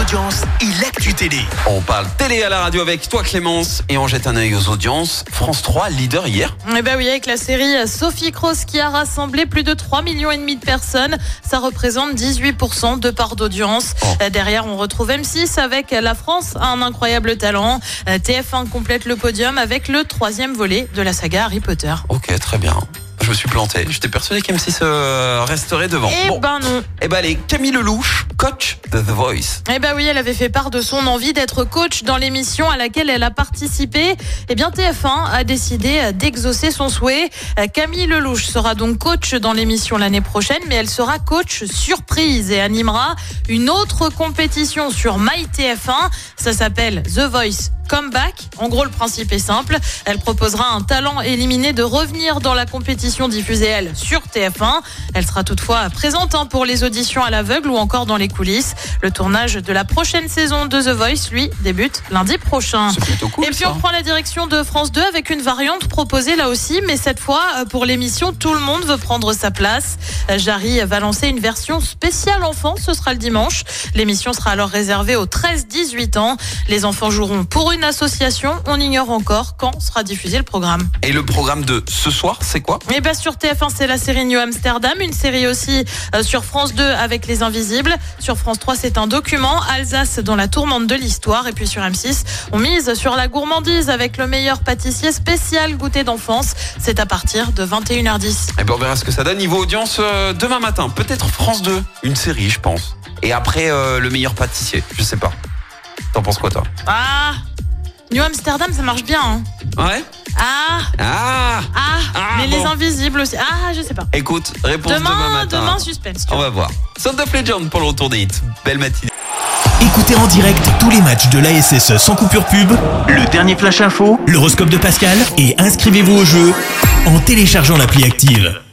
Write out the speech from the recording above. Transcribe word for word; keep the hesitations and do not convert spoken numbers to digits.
audiences et l'actu télé. On parle télé à la radio avec toi Clémence et on jette un œil aux audiences. France trois, leader hier. Eh ben oui, avec la série Sophie Cross qui a rassemblé plus de trois millions et demi de personnes. Ça représente dix-huit pour cent de part d'audience. Oh. Derrière, on retrouve M six avec La France a un incroyable talent. T F un complète le podium avec le troisième volet de la saga Harry Potter. Ok, très bien. Je me suis planté. J'étais persuadé qu'M six euh, resterait devant. Eh bon. ben non. Eh ben allez, Camille Lelouch, coach de The Voice. Eh ben oui, elle avait fait part de son envie d'être coach dans l'émission à laquelle elle a participé. Eh bien, T F un a décidé d'exaucer son souhait. Camille Lelouch sera donc coach dans l'émission l'année prochaine, mais elle sera coach surprise et animera une autre compétition sur MyTF un. Ça s'appelle The Voice Comeback. En gros, le principe est simple. Elle proposera un talent éliminé de revenir dans la compétition diffusée, elle, sur T F un. Elle sera toutefois présente hein, pour les auditions à l'aveugle ou encore dans les coulisses. Le tournage de la prochaine saison de The Voice, lui, débute lundi prochain. C'est plutôt cool, Et puis, ça. on prend la direction de France deux avec une variante proposée là aussi, mais cette fois, pour l'émission Tout le monde veut prendre sa place. Jarry va lancer une version spéciale enfant. Ce sera le dimanche. L'émission sera alors réservée aux treize dix-huit ans. Les enfants joueront pour une association. On ignore encore quand sera diffusé le programme. Et le programme de ce soir, c'est quoi ? Et bien sur T F un, c'est la série New Amsterdam, une série aussi euh, sur France deux avec Les Invisibles. Sur France trois, c'est un document, Alsace dans la tourmente de l'histoire. Et puis sur M six, on mise sur la gourmandise avec le meilleur pâtissier spécial goûter d'enfance. C'est à partir de vingt et une heures dix. Et ben on verra ce que ça donne niveau audience euh, demain matin. Peut-être France deux, une série, je pense. Et après, euh, le meilleur pâtissier, je sais pas. T'en penses quoi, toi ? Ah, New Amsterdam, ça marche bien. Hein. Ouais. Ah, Ah, ah, ah mais bon. Les Invisibles aussi. Ah, je sais pas. Écoute, réponse demain, Demain, matin. demain, suspense. tu On vois. va voir. Sound of Legend pour le retour des hits. Belle matinée. Écoutez en direct tous les matchs de l'A S S sans coupure pub, le dernier flash info, l'horoscope de Pascal et inscrivez-vous au jeu en téléchargeant l'appli Active.